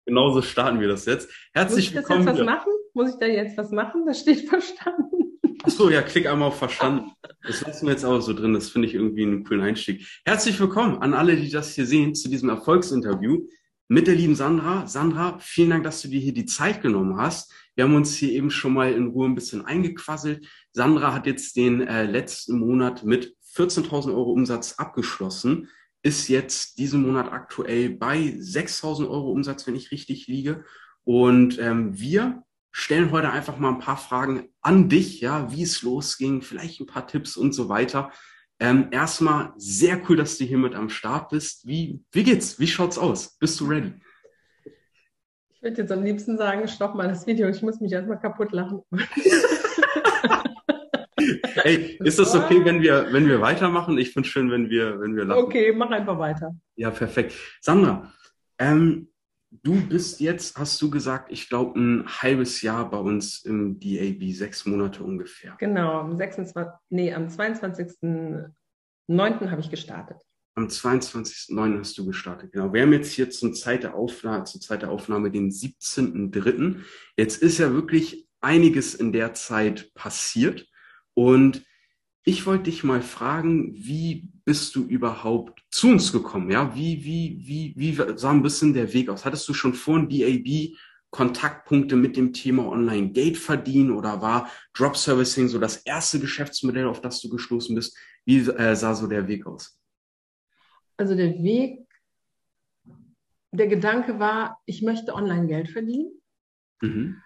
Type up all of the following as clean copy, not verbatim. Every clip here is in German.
Genauso starten wir das jetzt. Muss Herzlich ich das jetzt willkommen was hier. machen? Muss ich da jetzt was machen? Das steht verstanden. Ach so, ja, klick einmal auf Verstanden. Das lassen wir jetzt auch so drin. Das finde ich irgendwie einen coolen Einstieg. Herzlich willkommen an alle, die das hier sehen, zu diesem Erfolgsinterview mit der lieben Sandra. Sandra, vielen Dank, dass du dir hier die Zeit genommen hast. Wir haben uns hier eben schon mal in Ruhe ein bisschen eingequasselt. Sandra hat jetzt den letzten Monat mit 14.000 Euro Umsatz abgeschlossen, ist jetzt diesen Monat aktuell bei 6.000 Euro Umsatz, wenn ich richtig liege. Und wir stellen heute einfach mal ein paar Fragen an dich, ja, wie es losging, vielleicht ein paar Tipps und so weiter. Erstmal sehr cool, dass du hier mit am Start bist. Wie geht's? Wie schaut's aus? Bist du ready? Ich würde jetzt am liebsten sagen, stopp mal das Video. Ich muss mich erstmal kaputt lachen. Ey, ist das okay, wenn wir weitermachen? Ich finde schön, wenn wir lachen. Okay, mach einfach weiter. Ja, perfekt. Sandra, ähm, du bist jetzt, hast du gesagt, ich glaube, ein halbes Jahr bei uns im DAB, 6 Monate ungefähr. Genau, am 22.09. habe ich gestartet. Am 22.09. hast du gestartet. Genau. Wir haben jetzt hier zur Zeit der Aufnahme den 17.03. Jetzt ist ja wirklich einiges in der Zeit passiert. Und ich wollte dich mal fragen, wie bist du überhaupt zu uns gekommen? Ja, wie sah ein bisschen der Weg aus? Hattest du schon vor dem DAB Kontaktpunkte mit dem Thema Online-Geld verdienen oder war Drop Servicing so das erste Geschäftsmodell, auf das du gestoßen bist? Wie sah so der Weg aus? Also der Gedanke war, ich möchte online Geld verdienen. Mhm.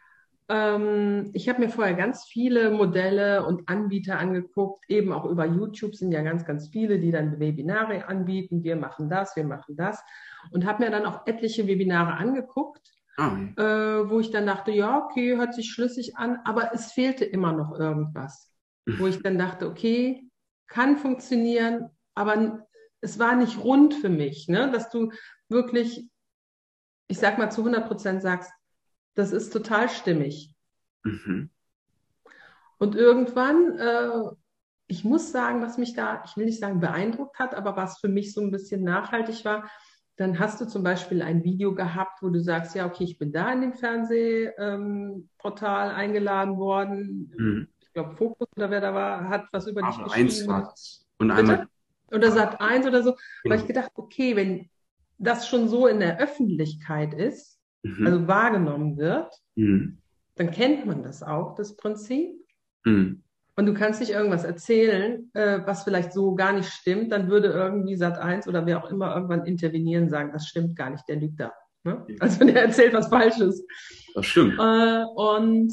Ich habe mir vorher ganz viele Modelle und Anbieter angeguckt, eben auch über YouTube sind ja ganz, ganz viele, die dann Webinare anbieten. Wir machen das. Und habe mir dann auch etliche Webinare angeguckt, Ah, wo ich dann dachte, ja, okay, hört sich schlüssig an, aber es fehlte immer noch irgendwas. Wo ich dann dachte, okay, kann funktionieren, aber es war nicht rund für mich, ne? Dass du wirklich, ich sag mal, zu 100% sagst, das ist total stimmig. mhm. Und irgendwann, ich muss sagen, was mich da, ich will nicht sagen beeindruckt hat, aber was für mich so ein bisschen nachhaltig war, dann hast du zum Beispiel ein Video gehabt, wo du sagst, ja, okay, ich bin da in den Fernsehportal eingeladen worden. Mhm. Ich glaube, Fokus oder wer da war, hat was über dich Aber eins geschrieben. war das. Und einmal, Bitte? Oder Sat.1 oder so. Aber ich genau. gedacht, okay, wenn das schon so in der Öffentlichkeit ist, Mhm. also wahrgenommen wird, Mhm. dann kennt man das auch, das Prinzip. Mhm. Und du kannst nicht irgendwas erzählen, was vielleicht so gar nicht stimmt, dann würde irgendwie Sat.1 oder wer auch immer irgendwann intervenieren, sagen, das stimmt gar nicht, der lügt da. Ne? Also der erzählt was Falsches. Das stimmt. Und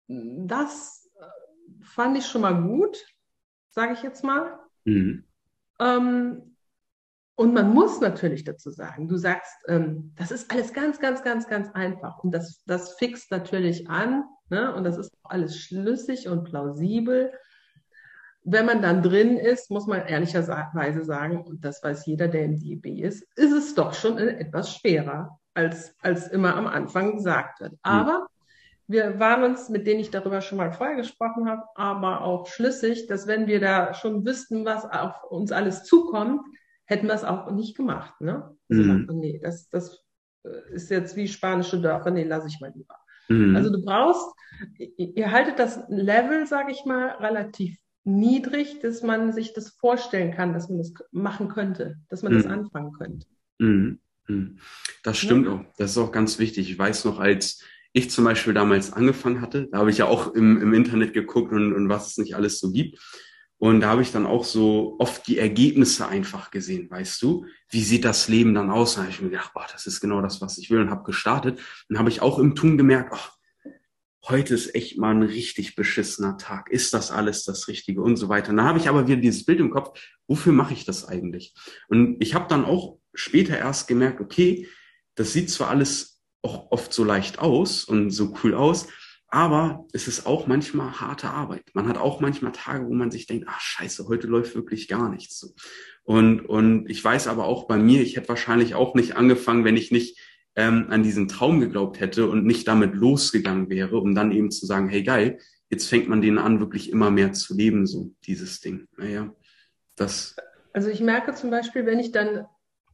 das fand ich schon mal gut, sage ich jetzt mal. Mhm. Ähm, und man muss natürlich dazu sagen, du sagst, das ist alles ganz, ganz, ganz, ganz einfach. Und das fixt natürlich an, ne? Und das ist auch alles schlüssig und plausibel. Wenn man dann drin ist, muss man ehrlicherweise sagen, und das weiß jeder, der im DEB ist es doch schon etwas schwerer, als immer am Anfang gesagt wird. Mhm. Aber wir waren uns, mit denen ich darüber schon mal vorher gesprochen habe, aber auch schlüssig, dass wenn wir da schon wüssten, was auf uns alles zukommt, hätten wir es auch nicht gemacht. Ne? Also Mhm. sagt man, nee, das ist jetzt wie spanische Dörfer, nee, lasse ich mal lieber. Also Mhm. du brauchst, ihr haltet das Level, sage ich mal, relativ niedrig, dass man sich das vorstellen kann, dass man das machen könnte, dass man das Mhm. anfangen könnte. Mhm. Mhm. Das stimmt Ne? auch. Das ist auch ganz wichtig. Ich weiß noch, als ich zum Beispiel damals angefangen hatte, da habe ich ja auch im Internet geguckt und was es nicht alles so gibt. Und da habe ich dann auch so oft die Ergebnisse einfach gesehen, weißt du? Wie sieht das Leben dann aus? Da habe ich mir gedacht, boah, das ist genau das, was ich will und habe gestartet. Dann habe ich auch im Tun gemerkt, ach, heute ist echt mal ein richtig beschissener Tag. Ist das alles das Richtige und so weiter. Und dann habe ich aber wieder dieses Bild im Kopf, wofür mache ich das eigentlich? Und ich habe dann auch später erst gemerkt, okay, das sieht zwar alles auch oft so leicht aus und so cool aus, aber es ist auch manchmal harte Arbeit. Man hat auch manchmal Tage, wo man sich denkt, ach scheiße, heute läuft wirklich gar nichts so. Und ich weiß aber auch bei mir, ich hätte wahrscheinlich auch nicht angefangen, wenn ich nicht an diesen Traum geglaubt hätte und nicht damit losgegangen wäre, um dann eben zu sagen, hey geil, jetzt fängt man den an, wirklich immer mehr zu leben, so dieses Ding. Naja, das. Also ich merke zum Beispiel, wenn ich dann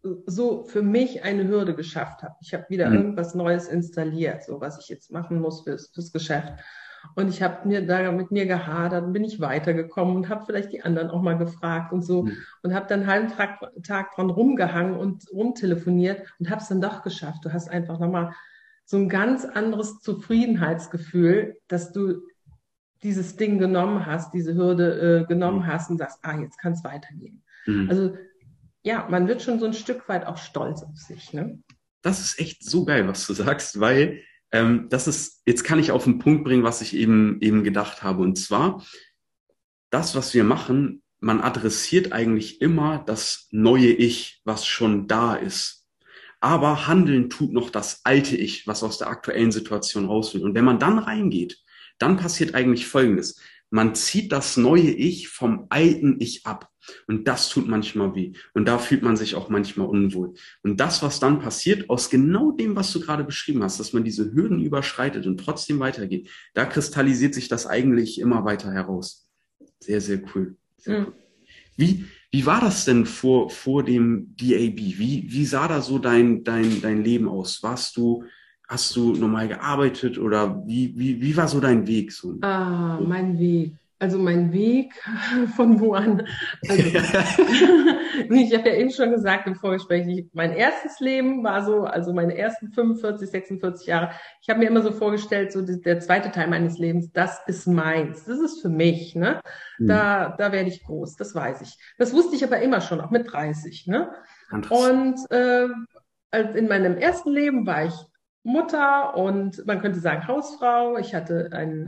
so für mich eine Hürde geschafft habe. Ich habe wieder irgendwas Neues installiert, so was ich jetzt machen muss fürs Geschäft. Und ich habe mir da mit mir gehadert, bin ich weitergekommen und habe vielleicht die anderen auch mal gefragt und so und habe dann einen halben Tag dran rumgehangen und rumtelefoniert und habe es dann doch geschafft. Du hast einfach nochmal so ein ganz anderes Zufriedenheitsgefühl, dass du dieses Ding genommen hast, diese Hürde genommen hast und sagst, jetzt kann es weitergehen. Also ja, man wird schon so ein Stück weit auch stolz auf sich, ne? Das ist echt so geil, was du sagst, weil jetzt kann ich auf den Punkt bringen, was ich eben gedacht habe. Und zwar, das, was wir machen, man adressiert eigentlich immer das neue Ich, was schon da ist. Aber handeln tut noch das alte Ich, was aus der aktuellen Situation raus will. Und wenn man dann reingeht, dann passiert eigentlich Folgendes. Man zieht das neue Ich vom alten Ich ab. Und das tut manchmal weh. Und da fühlt man sich auch manchmal unwohl. Und das, was dann passiert, aus genau dem, was du gerade beschrieben hast, dass man diese Hürden überschreitet und trotzdem weitergeht, da kristallisiert sich das eigentlich immer weiter heraus. Sehr, sehr cool. Sehr cool. Wie war das denn vor dem DAB? Wie sah da so dein Leben aus? Hast du normal gearbeitet oder wie war so dein Weg? So? Mein Weg. Also mein Weg von wo an? Also, ich habe ja eben schon gesagt im Vorgespräch, mein erstes Leben war so, also meine ersten 45, 46 Jahre. Ich habe mir immer so vorgestellt, so der zweite Teil meines Lebens, das ist meins, das ist für mich, ne? Da werde ich groß, das weiß ich. Das wusste ich aber immer schon, auch mit 30, ne? Und in meinem ersten Leben war ich Mutter und man könnte sagen Hausfrau. Ich hatte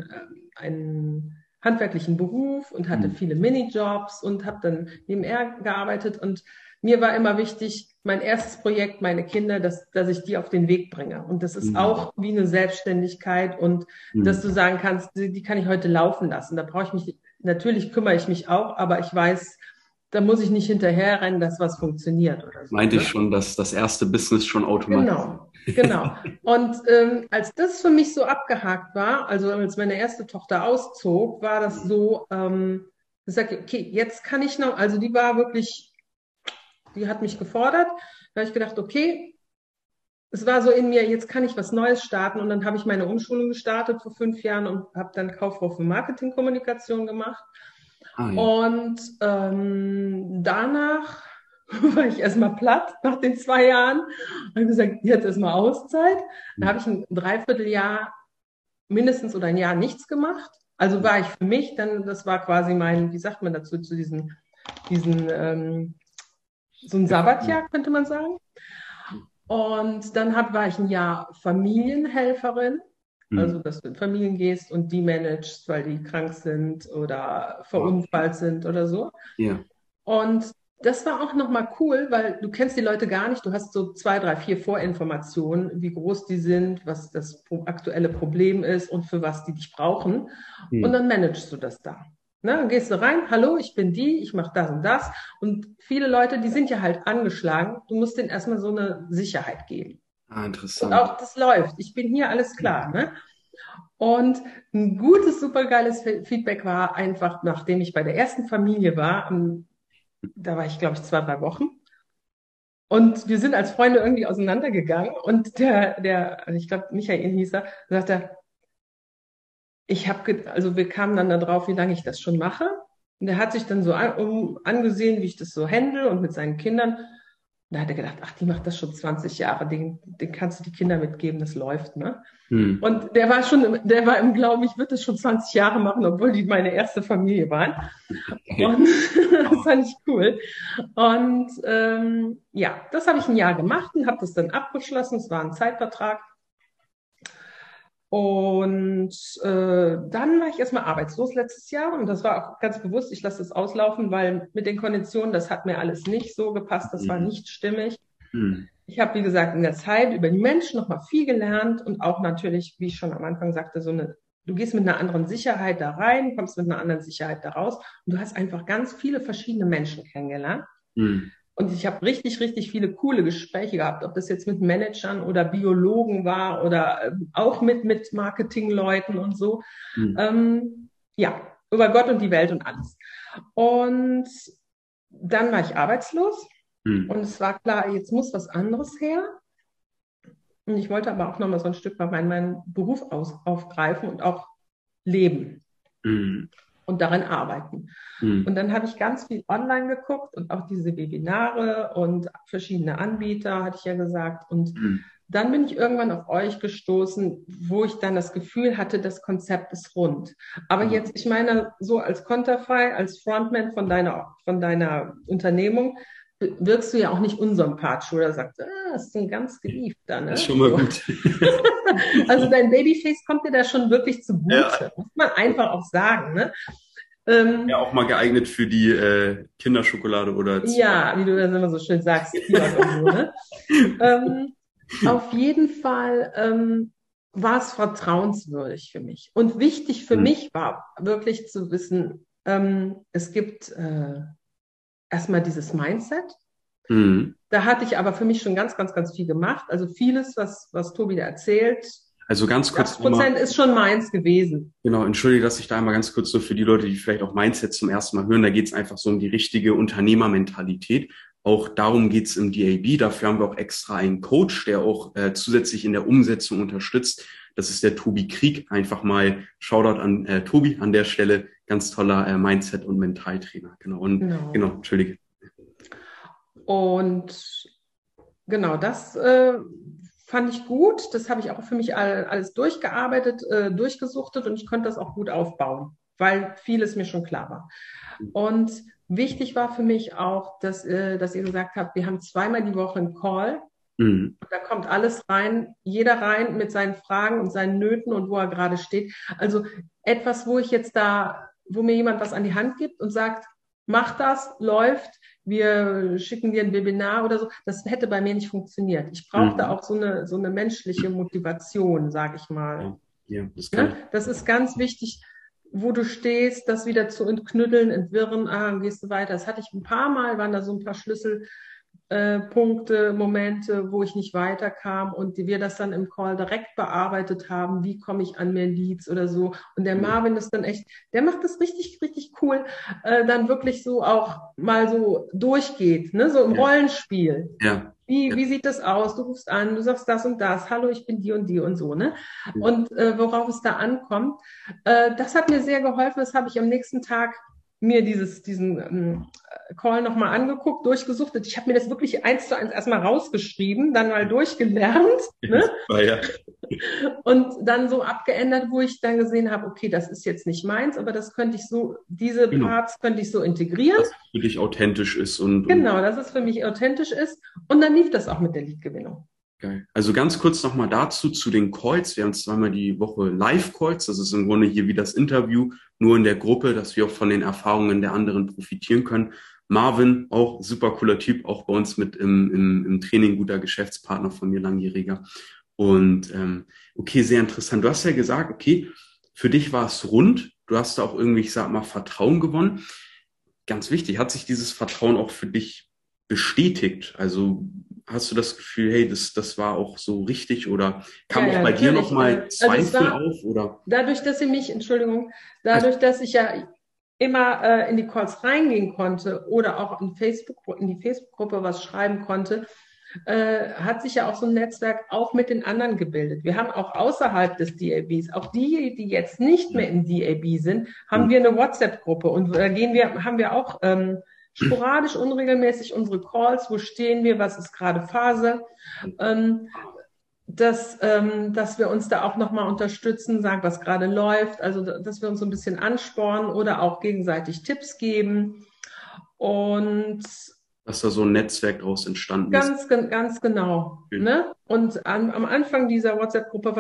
einen handwerklichen Beruf und hatte viele Minijobs und habe dann nebenher gearbeitet. Und mir war immer wichtig, mein erstes Projekt, meine Kinder, dass ich die auf den Weg bringe. Und das ist auch wie eine Selbstständigkeit und dass du sagen kannst, die kann ich heute laufen lassen. Da brauche ich mich, natürlich kümmere ich mich auch, aber ich weiß, da muss ich nicht hinterherrennen, dass was funktioniert oder so. Meinte ich schon, dass das erste Business schon automatisch. Genau. Und als das für mich so abgehakt war, also als meine erste Tochter auszog, war das so, ich sage, okay, jetzt kann ich noch, also die war wirklich, die hat mich gefordert. Da habe ich gedacht, okay, es war so in mir, jetzt kann ich was Neues starten. Und dann habe ich meine Umschulung gestartet vor 5 Jahren und habe dann Kauffrau für Marketingkommunikation gemacht. Ja. Und danach war ich erstmal platt nach den 2 Jahren und habe gesagt, jetzt erstmal Auszeit. Dann habe ich ein Dreivierteljahr mindestens oder ein Jahr nichts gemacht. Also war ich für mich, dann, das war quasi mein, wie sagt man dazu, zu diesen so ein Sabbatjahr, könnte man sagen. Und dann war ich ein Jahr Familienhelferin. Also, dass du in Familien gehst und die managst, weil die krank sind oder verunfallt sind oder so. Ja. Und das war auch nochmal cool, weil du kennst die Leute gar nicht. Du hast so 2, 3, 4 Vorinformationen, wie groß die sind, was das aktuelle Problem ist und für was die dich brauchen. Und dann managst du das da. Ne? Dann gehst du rein, hallo, ich bin die, ich mache das und das. Und viele Leute, die sind ja halt angeschlagen. Du musst denen erstmal so eine Sicherheit geben. Interessant. Und auch das läuft. Ich bin hier, alles klar. Ne? Und ein gutes, supergeiles Feedback war einfach, nachdem ich bei der ersten Familie war, da war ich, glaube ich, 2, 3 Wochen. Und wir sind als Freunde irgendwie auseinandergegangen. Und ich glaube, Michael hieß er, sagte, also wir kamen dann darauf, wie lange ich das schon mache. Und er hat sich dann so angesehen, wie ich das so handle und mit seinen Kindern. Da hat er gedacht, ach, die macht das schon 20 Jahre, den kannst du die Kinder mitgeben, das läuft, ne? Und der war im Glauben, ich würde das schon 20 Jahre machen, obwohl die meine erste Familie waren. Okay. Und das fand ich cool. Und ja, das habe ich ein Jahr gemacht und habe das dann abgeschlossen. Es war ein Zeitvertrag. Und dann war ich erstmal arbeitslos letztes Jahr und das war auch ganz bewusst, ich lasse das auslaufen, weil mit den Konditionen, das hat mir alles nicht so gepasst, das war nicht stimmig. Ich habe, wie gesagt, in der Zeit über die Menschen nochmal viel gelernt und auch natürlich, wie ich schon am Anfang sagte, du gehst mit einer anderen Sicherheit da rein, kommst mit einer anderen Sicherheit da raus und du hast einfach ganz viele verschiedene Menschen kennengelernt. Und ich habe richtig, richtig viele coole Gespräche gehabt, ob das jetzt mit Managern oder Biologen war oder auch mit Marketingleuten und so. Ja, über Gott und die Welt und alles. Und dann war ich arbeitslos Und es war klar, jetzt muss was anderes her. Und ich wollte aber auch nochmal so ein Stück weit meinen Beruf aufgreifen und auch leben Mhm. und darin arbeiten. Mhm. Und dann habe ich ganz viel online geguckt und auch diese Webinare und verschiedene Anbieter, hatte ich ja gesagt. Und Mhm. dann bin ich irgendwann auf euch gestoßen, wo ich dann das Gefühl hatte, das Konzept ist rund. Aber jetzt, ich meine, so als Konterfei, als Frontman von deiner Unternehmung, wirkst du ja auch nicht unsympathisch oder sagst, das ist ein ganz Geliebter, Das ist ne? schon mal So. gut. Also dein Babyface kommt dir da schon wirklich Ja. zugute, muss man einfach auch sagen, ne? Ja, auch mal geeignet für die Kinderschokolade oder Ja, wie du das immer so schön sagst, Zwieback und so, ne? Ähm, auf jeden Fall war es vertrauenswürdig für mich. Und wichtig für Mhm. mich war wirklich zu wissen, es gibt erstmal dieses Mindset. Mhm. Da hatte ich aber für mich schon ganz, ganz, ganz viel gemacht. Also vieles, was Tobi da erzählt, Also ganz kurz 80% nochmal, ist schon meins gewesen. genau, entschuldige, dass ich da einmal ganz kurz so für die Leute, die vielleicht auch Mindset zum ersten Mal hören, da geht es einfach so um die richtige Unternehmermentalität. Auch darum geht es im DAB. Dafür haben wir auch extra einen Coach, der auch zusätzlich in der Umsetzung unterstützt. Das ist der Tobi Krieg. Einfach mal Shoutout an Tobi an der Stelle. Ganz toller Mindset- und Mentaltrainer. Genau. Und Genau. genau, entschuldige. Und genau, das fand ich gut. Das habe ich auch für mich alles durchgearbeitet, durchgesuchtet und ich konnte das auch gut aufbauen, weil vieles mir schon klar war. Und wichtig war für mich auch, dass ihr gesagt habt, wir haben zweimal die Woche einen Call. Mhm. Da kommt alles rein, jeder rein mit seinen Fragen und seinen Nöten und wo er gerade steht. Also etwas, wo mir jemand was an die Hand gibt und sagt, mach das, läuft, wir schicken dir ein Webinar oder so, das hätte bei mir nicht funktioniert. Ich brauchte Mhm. auch so eine menschliche Motivation, sage ich mal. Ja, ja, das kann Ne? ich. Das ist ganz wichtig, wo du stehst, das wieder zu entknüddeln, entwirren, dann gehst du weiter. Das hatte ich ein paar Mal, waren da so ein paar Schlüsselpunkte, Momente, wo ich nicht weiterkam und wir das dann im Call direkt bearbeitet haben, wie komme ich an mehr Leads oder so. Und der Marvin ist dann echt, der macht das richtig, richtig cool, dann wirklich so auch mal so durchgeht, ne? So im Ja, Rollenspiel. ja, ja. Wie sieht das aus? Du rufst an, du sagst das und das, hallo, ich bin die und so, ne? Ja. Und worauf es da ankommt, das hat mir sehr geholfen. Das habe ich am nächsten Tag mir diesen Call nochmal angeguckt, durchgesuchtet. Ich habe mir das wirklich 1:1 erstmal rausgeschrieben, dann mal durchgelernt, ne? Super, ja. Und dann so abgeändert, wo ich dann gesehen habe, okay, das ist jetzt nicht meins, aber das könnte ich so, diese Genau. Parts könnte ich so integrieren. Was für dich authentisch ist und Genau, dass es für mich authentisch ist. Und dann lief das auch mit der Lead-Gewinnung. geil. Also ganz kurz nochmal dazu, zu den Calls. Wir haben zweimal die Woche Live-Calls. Das ist im Grunde hier wie das Interview, nur in der Gruppe, dass wir auch von den Erfahrungen der anderen profitieren können. Marvin, auch super cooler Typ, auch bei uns mit im Training, guter Geschäftspartner von mir, langjähriger. Und okay, sehr interessant. Du hast ja gesagt, okay, für dich war es rund. Du hast da auch irgendwie, ich sag mal, Vertrauen gewonnen. Ganz wichtig, hat sich dieses Vertrauen auch für dich bestätigt? Also hast du das Gefühl, hey, das war auch so richtig oder kam auch bei dir Natürlich. nochmal Also es Zweifel war auf oder? dadurch, dass sie mich, Entschuldigung, Also, dadurch, dass ich ja immer in die Calls reingehen konnte oder auch in die Facebook-Gruppe was schreiben konnte, hat sich ja auch so ein Netzwerk auch mit den anderen gebildet. Wir haben auch außerhalb des DABs, auch die jetzt nicht mehr im DAB sind, haben wir eine WhatsApp-Gruppe und haben wir auch sporadisch, unregelmäßig unsere Calls, wo stehen wir, was ist gerade Phase, ähm, dass wir uns da auch nochmal unterstützen, sagen, was gerade läuft, also dass wir uns so ein bisschen anspornen oder auch gegenseitig Tipps geben. Und dass da so ein Netzwerk daraus entstanden ist. ganz genau. Ne? Und am Anfang dieser WhatsApp-Gruppe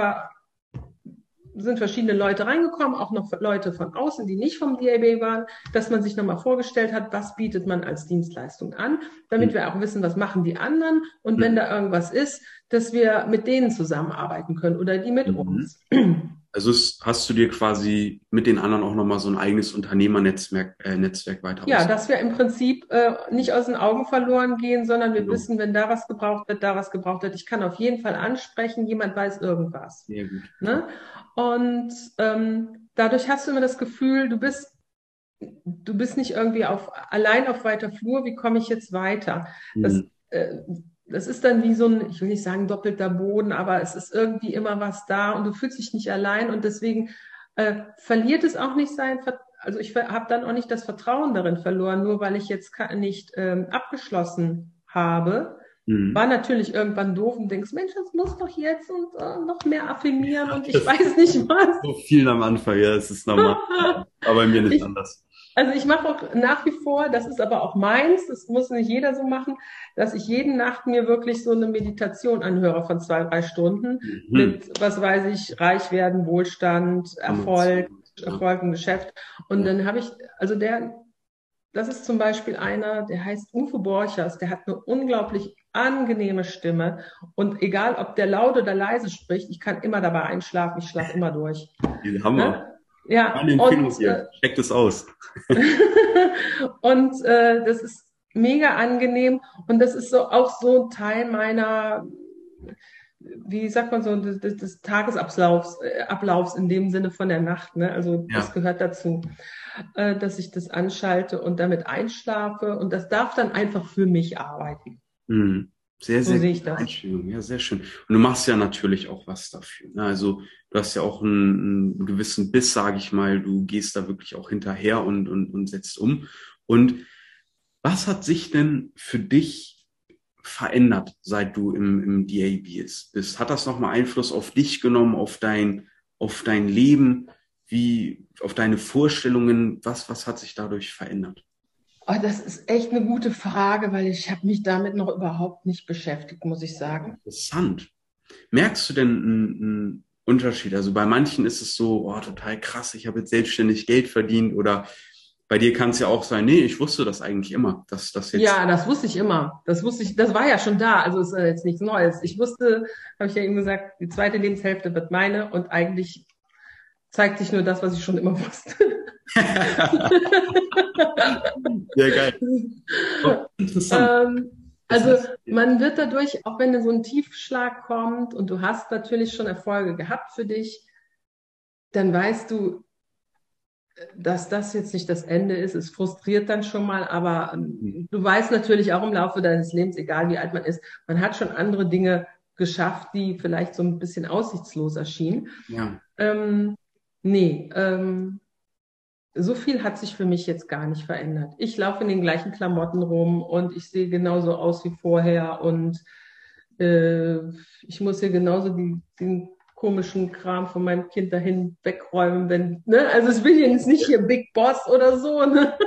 sind verschiedene Leute reingekommen, auch noch Leute von außen, die nicht vom DAB waren, dass man sich nochmal vorgestellt hat, was bietet man als Dienstleistung an, damit wir auch wissen, was machen die anderen und wenn da irgendwas ist, dass wir mit denen zusammenarbeiten können oder die mit uns. Also hast du dir quasi mit den anderen auch nochmal so ein eigenes Unternehmernetzwerk Netzwerk weiter Ja, aus. dass wir im Prinzip nicht aus den Augen verloren gehen, sondern wir Genau. wissen, wenn da was gebraucht wird, da was gebraucht wird. Ich kann auf jeden Fall ansprechen, jemand weiß irgendwas. Sehr gut. Ne? Und dadurch hast du immer das Gefühl, du bist du bist nicht irgendwie allein auf weiter Flur, wie komme ich jetzt weiter? Das, Mhm. äh, das ist dann wie so ein, ich will nicht sagen doppelter Boden, aber es ist irgendwie immer was da und du fühlst dich nicht allein und deswegen verliert es auch nicht also ich habe dann auch nicht das Vertrauen darin verloren, nur weil ich jetzt nicht abgeschlossen habe. War Mhm. natürlich irgendwann doof und denkst, Mensch, das muss doch jetzt und noch mehr affirmieren und ich weiß nicht was. So viel am Anfang, ja, es ist normal. Aber bei mir nicht Ich, anders. also ich mache auch nach wie vor, das ist aber auch meins, das muss nicht jeder so machen, dass ich jede Nacht mir wirklich so eine Meditation anhöre von 2, 3 Stunden Mhm. mit, was weiß ich, reich werden, Wohlstand, Erfolg, Amazon, ja. Erfolg im Geschäft. Und Ja. dann habe ich, also das ist zum Beispiel einer, der heißt Uwe Borchers, der hat eine unglaublich angenehme Stimme. Und egal, ob der laut oder leise spricht, ich kann immer dabei einschlafen, ich schlafe immer durch. Hammer. Ne? Ja, Meine Empfehlung und hier. Checkt es aus. und das ist mega angenehm und das ist so auch so ein Teil meiner, wie sagt man so, des Tagesablaufs Ablaufs in dem Sinne von der Nacht. Ne? Also das Ja. gehört dazu, dass ich das anschalte und damit einschlafe und das darf dann einfach für mich arbeiten. Mhm. Sehr, So sehr sehe ich gute das. Einstellung. Ja, sehr schön. Und du machst ja natürlich auch was dafür. Ne? Also du hast ja auch einen gewissen Biss, sage ich mal. Du gehst da wirklich auch hinterher und setzt um. Und was hat sich denn für dich verändert, seit du im DAB bist? Hat das nochmal Einfluss auf dich genommen, auf dein Leben, wie, auf deine Vorstellungen? Was hat sich dadurch verändert? Oh, das ist echt eine gute Frage, weil ich habe mich damit noch überhaupt nicht beschäftigt, muss ich sagen. Interessant. Merkst du denn einen Unterschied? Also bei manchen ist es so, oh, total krass, ich habe jetzt selbstständig Geld verdient oder bei dir kann es ja auch sein, nee, ich wusste das eigentlich immer, dass das jetzt, Ja, das wusste ich immer. Das wusste ich, das war ja schon da. Also ist jetzt nichts Neues. Ich wusste, habe ich ja eben gesagt, die zweite Lebenshälfte wird meine und eigentlich zeigt sich nur das, was ich schon immer wusste. sehr geil. Oh, interessant. Das Also heißt, man wird dadurch, auch wenn so ein Tiefschlag kommt und du hast natürlich schon Erfolge gehabt für dich, dann weißt du, dass das jetzt nicht das Ende ist. Es frustriert dann schon mal, aber du weißt natürlich auch im Laufe deines Lebens, egal wie alt man ist, man hat schon andere Dinge geschafft, die vielleicht so ein bisschen aussichtslos erschienen. ja, Ähm, nee, so viel hat sich für mich jetzt gar nicht verändert. Ich laufe in den gleichen Klamotten rum und ich sehe genauso aus wie vorher und äh, ich muss hier genauso den komischen Kram von meinem Kind dahin wegräumen, wenn, ne? Also ich bin jetzt nicht hier Big Boss oder so, ne?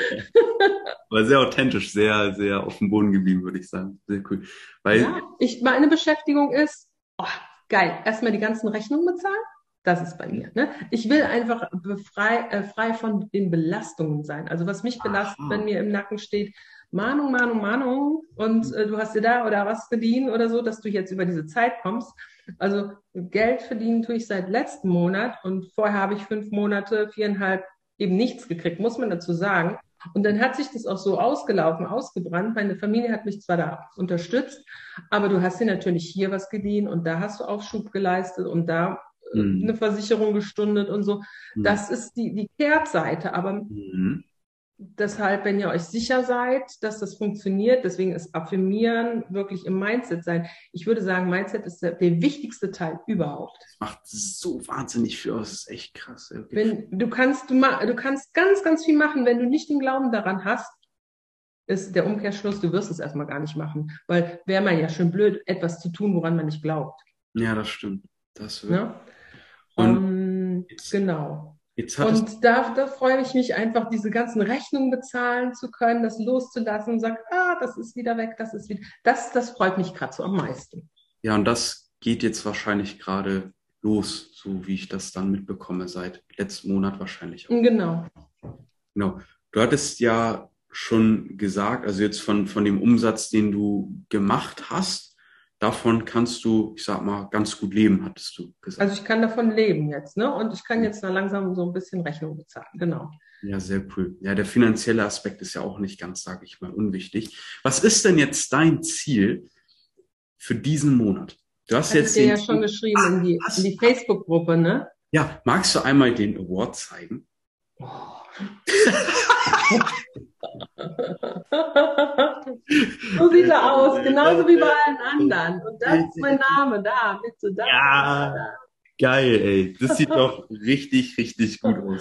aber sehr authentisch, sehr, sehr auf dem Boden geblieben, würde ich sagen. Sehr cool. Weil, Ja, meine Beschäftigung ist, oh, geil, erstmal die ganzen Rechnungen bezahlen. Das ist bei mir. Ne? Ich will einfach frei von den Belastungen sein. Also was mich belastet, aha, wenn mir im Nacken steht, Mahnung, Mahnung, Mahnung und du hast dir da oder was verdient oder so, dass du jetzt über diese Zeit kommst. Also Geld verdienen tue ich seit letzten Monat und vorher habe ich 5 Monate, 4,5 eben nichts gekriegt, muss man dazu sagen. Und dann hat sich das auch so ausgelaufen, ausgebrannt. Meine Familie hat mich zwar da unterstützt, aber du hast dir natürlich hier was geliehen und da hast du Aufschub geleistet und da eine mhm. Versicherung gestundet und so. Mhm. Das ist die Kehrtseite. Aber Mhm. deshalb, wenn ihr euch sicher seid, dass das funktioniert, deswegen ist Affirmieren wirklich im Mindset sein. Ich würde sagen, Mindset ist der wichtigste Teil überhaupt. Das macht so wahnsinnig viel aus, das ist echt krass. Okay. Wenn du kannst ganz, ganz viel machen, wenn du nicht den Glauben daran hast, ist der Umkehrschluss, du wirst es erstmal gar nicht machen, weil wäre man ja schon blöd, etwas zu tun, woran man nicht glaubt. Ja, das stimmt. Das wirklich. Ne? Und jetzt, Genau. jetzt hat es, Und da freue ich mich einfach, diese ganzen Rechnungen bezahlen zu können, das loszulassen und sagen, das ist wieder weg, das ist wieder. Das freut mich gerade so am meisten. ja, und das geht jetzt wahrscheinlich gerade los, so wie ich das dann mitbekomme, seit letzten Monat wahrscheinlich auch. Genau. Genau. Du hattest ja schon gesagt, also jetzt von dem Umsatz, den du gemacht hast, davon kannst du, ich sag mal, ganz gut leben, hattest du gesagt. Also ich kann davon leben jetzt, ne? Und ich kann jetzt mal langsam so ein bisschen Rechnung bezahlen. Genau. Ja, sehr cool. Ja, der finanzielle Aspekt ist ja auch nicht ganz, sage ich mal, unwichtig. Was ist denn jetzt dein Ziel für diesen Monat? Du hast Hatte ich jetzt dir den, ja schon geschrieben in die hast, Facebook-Gruppe, ne? ja, magst du einmal den Award zeigen? Oh. So sieht er aus, genauso wie bei allen anderen. Und das ist mein Name, da, bitte, da, Ja, da. geil, ey. Das sieht doch richtig, richtig gut aus.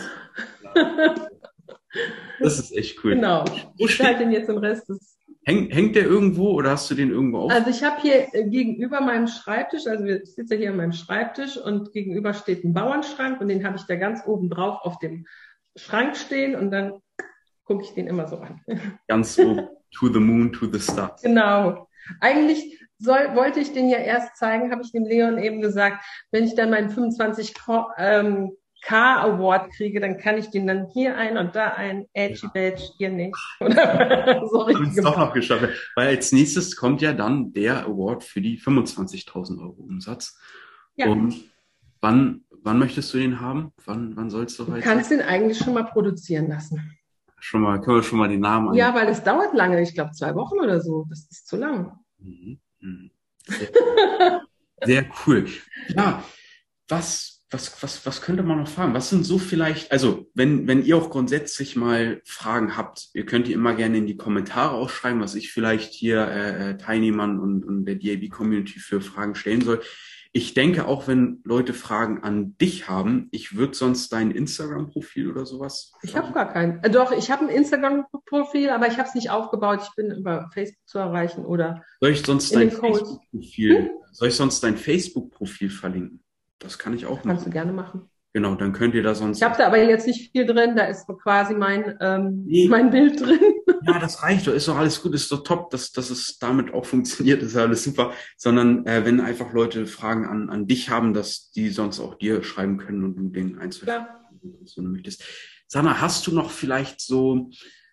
Das ist echt cool. Genau. Wo Ich halte steht, den jetzt im Rest des. hängt der irgendwo oder hast du den irgendwo auf? Also ich habe hier gegenüber meinem Schreibtisch, also ich sitze ja hier an meinem Schreibtisch und gegenüber steht ein Bauernschrank und den habe ich da ganz oben drauf auf dem Schrank stehen und dann gucke ich den immer so an. Ganz oben. To the moon, to the stars. Genau. Eigentlich wollte ich den ja erst zeigen, habe ich dem Leon eben gesagt, wenn ich dann meinen 25K Award kriege, dann kann ich den dann hier ein und da ein, Edgy Badge, hier nicht. Oder so Haben es richtig doch noch geschafft. Weil als nächstes kommt ja dann der Award für die 25.000 Euro Umsatz. Ja. Und wann möchtest du den haben? Wann soll es Du soweit kannst sein? den eigentlich schon mal produzieren lassen. Können wir schon mal den Namen Ja, weil es dauert lange, ich glaube 2 Wochen oder so. Das ist zu lang. Mhm. Mhm. Sehr cool. Ja, was könnte man noch fragen? Was sind so vielleicht, also wenn ihr auch grundsätzlich mal Fragen habt, ihr könnt die immer gerne in die Kommentare ausschreiben, was ich vielleicht hier Teilnehmern und der DAB-Community für Fragen stellen soll. Ich denke auch, wenn Leute Fragen an dich haben, ich würde sonst dein Instagram-Profil oder sowas. Ich habe gar keinen. Doch, ich habe ein Instagram-Profil, aber ich habe es nicht aufgebaut. Ich bin über Facebook zu erreichen oder Soll ich sonst in dein den Codes. Facebook-Profil, soll ich sonst dein Facebook-Profil verlinken? Das kann ich auch Kannst du machen. gerne machen. Genau, dann könnt ihr da sonst. Ich habe da aber jetzt nicht viel drin. Da ist so quasi Nee, mein Bild drin. ja, das reicht doch, ist doch alles gut, ist doch top, dass es damit auch funktioniert, ist ja alles super. Sondern wenn einfach Leute Fragen an dich haben, dass die sonst auch dir schreiben können und du den Einzelfall, Klar. wenn du möchtest. Sanna, hast du noch vielleicht so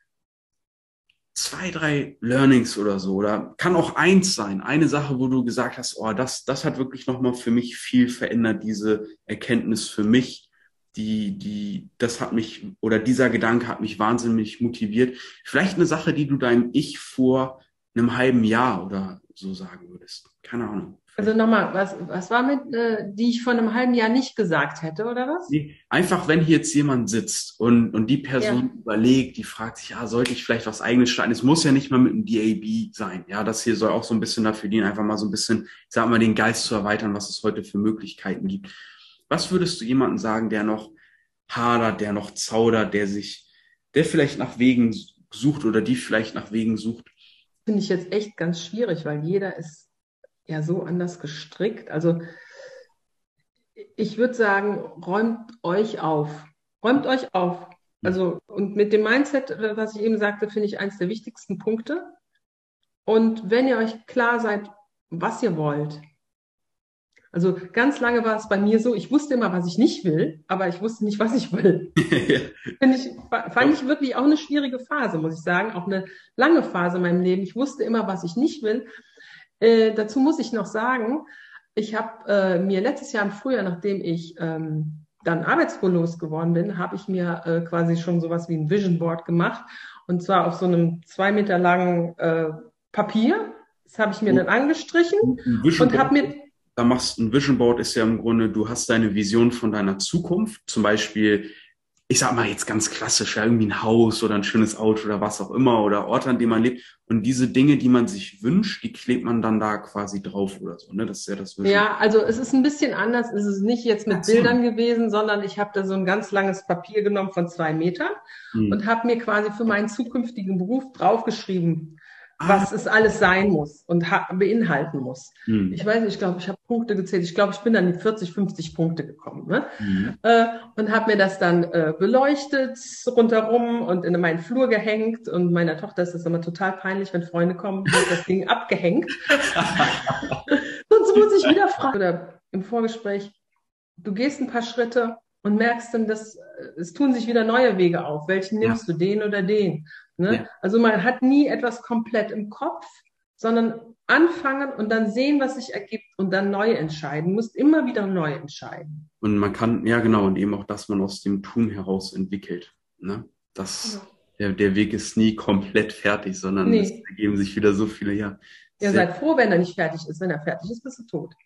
2, 3 Learnings oder so? Oder kann auch eins sein, eine Sache, wo du gesagt hast, oh, das hat wirklich nochmal für mich viel verändert, diese Erkenntnis für mich. Das hat mich, oder dieser Gedanke hat mich wahnsinnig motiviert. Vielleicht eine Sache, die du deinem Ich vor einem halben Jahr oder so sagen würdest. Keine Ahnung. Also nochmal, was war die ich vor einem halben Jahr nicht gesagt hätte, oder was? Nee, einfach, wenn hier jetzt jemand sitzt und die Person Ja. überlegt, die fragt sich, ja, sollte ich vielleicht was Eigenes starten? Es muss ja nicht mal mit einem DAB sein. Ja, das hier soll auch so ein bisschen dafür dienen, einfach mal so ein bisschen, ich sag mal, den Geist zu erweitern, was es heute für Möglichkeiten gibt. Was würdest du jemandem sagen, der noch hadert, der noch zaudert, der vielleicht nach Wegen sucht oder die vielleicht nach Wegen sucht? Finde ich jetzt echt ganz schwierig, weil jeder ist ja so anders gestrickt. Also ich würde sagen, räumt euch auf. Räumt euch auf. Also, und mit dem Mindset, was ich eben sagte, finde ich eins der wichtigsten Punkte. Und wenn ihr euch klar seid, was ihr wollt. Also ganz lange war es bei mir so, ich wusste immer, was ich nicht will, aber ich wusste nicht, was ich will. Fand ich wirklich auch eine schwierige Phase, muss ich sagen. Auch eine lange Phase in meinem Leben. Ich wusste immer, was ich nicht will. Dazu muss ich noch sagen, ich habe mir letztes Jahr im Frühjahr, nachdem ich dann arbeitslos geworden bin, habe ich mir quasi schon sowas wie ein Vision Board gemacht. Und zwar auf so einem 2 Meter langen Papier. Das habe ich mir dann angestrichen und habe mir... Ein Vision Board ist ja im Grunde, du hast deine Vision von deiner Zukunft, zum Beispiel, ich sag mal jetzt ganz klassisch, ja, irgendwie ein Haus oder ein schönes Auto oder was auch immer oder Ort, an dem man lebt. Und diese Dinge, die man sich wünscht, die klebt man dann da quasi drauf oder so, ne? Das ist ja das Vision. Ja, also es ist ein bisschen anders. Es ist nicht jetzt mit Bildern gewesen, sondern ich habe da so ein ganz langes Papier genommen von 2 Metern und habe mir quasi für meinen zukünftigen Beruf draufgeschrieben, was es alles sein muss und beinhalten muss. Ich weiß nicht, ich glaube, ich habe Punkte gezählt. Ich glaube, ich bin dann die 40, 50 Punkte gekommen. Ne? Und habe mir das dann beleuchtet rundherum und in meinen Flur gehängt. Und meiner Tochter ist das immer total peinlich, wenn Freunde kommen, wird das Ding abgehängt. Sonst muss ich wieder fragen. Oder im Vorgespräch, du gehst ein paar Schritte und merkst dann, dass es tun sich wieder neue Wege auf. Welchen nimmst du, den oder den? Ne? Ja. Also man hat nie etwas komplett im Kopf, sondern anfangen und dann sehen, was sich ergibt und dann neu entscheiden. Du musst immer wieder neu entscheiden. Und man kann, ja genau, und eben auch, dass man aus dem Tun heraus entwickelt. Ne? Der Weg ist nie komplett fertig, sondern es ergeben sich wieder so viele, ja. Ihr seid froh, wenn er nicht fertig ist. Wenn er fertig ist, bist du tot.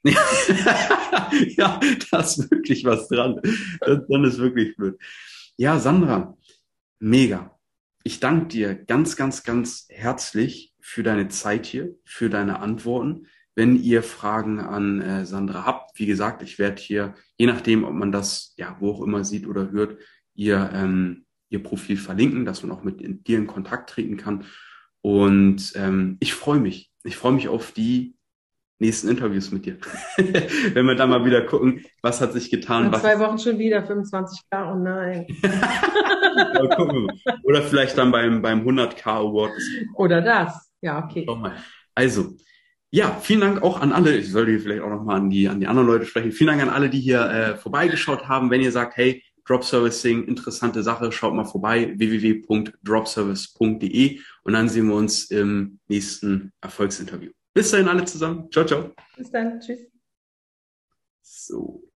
Ja, da ist wirklich was dran. Dann ist wirklich blöd. Ja, Sandra, Mega. Ich danke dir ganz, ganz, ganz herzlich für deine Zeit hier, für deine Antworten. Wenn ihr Fragen an Sandra habt, wie gesagt, ich werde hier, je nachdem, ob man das ja wo auch immer sieht oder hört, ihr Profil verlinken, dass man auch mit dir in Kontakt treten kann. Und ich freue mich. Ich freue mich auf die nächsten Interviews mit dir. Wenn wir da mal wieder gucken, was hat sich getan, In was 2 Wochen schon wieder 25K, oh nein. ja, gucken wir mal. Oder vielleicht dann beim 100K Award. Oder das. Ja, okay. Schau mal. Also, ja, vielen Dank auch an alle. Ich sollte hier vielleicht auch nochmal an die anderen Leute sprechen. Vielen Dank an alle, die hier vorbeigeschaut haben. Wenn ihr sagt, hey, Drop Servicing, interessante Sache, schaut mal vorbei, www.dropservice.de und dann sehen wir uns im nächsten Erfolgsinterview. Bis dahin alle zusammen. Ciao, ciao. Bis dann. Tschüss. So.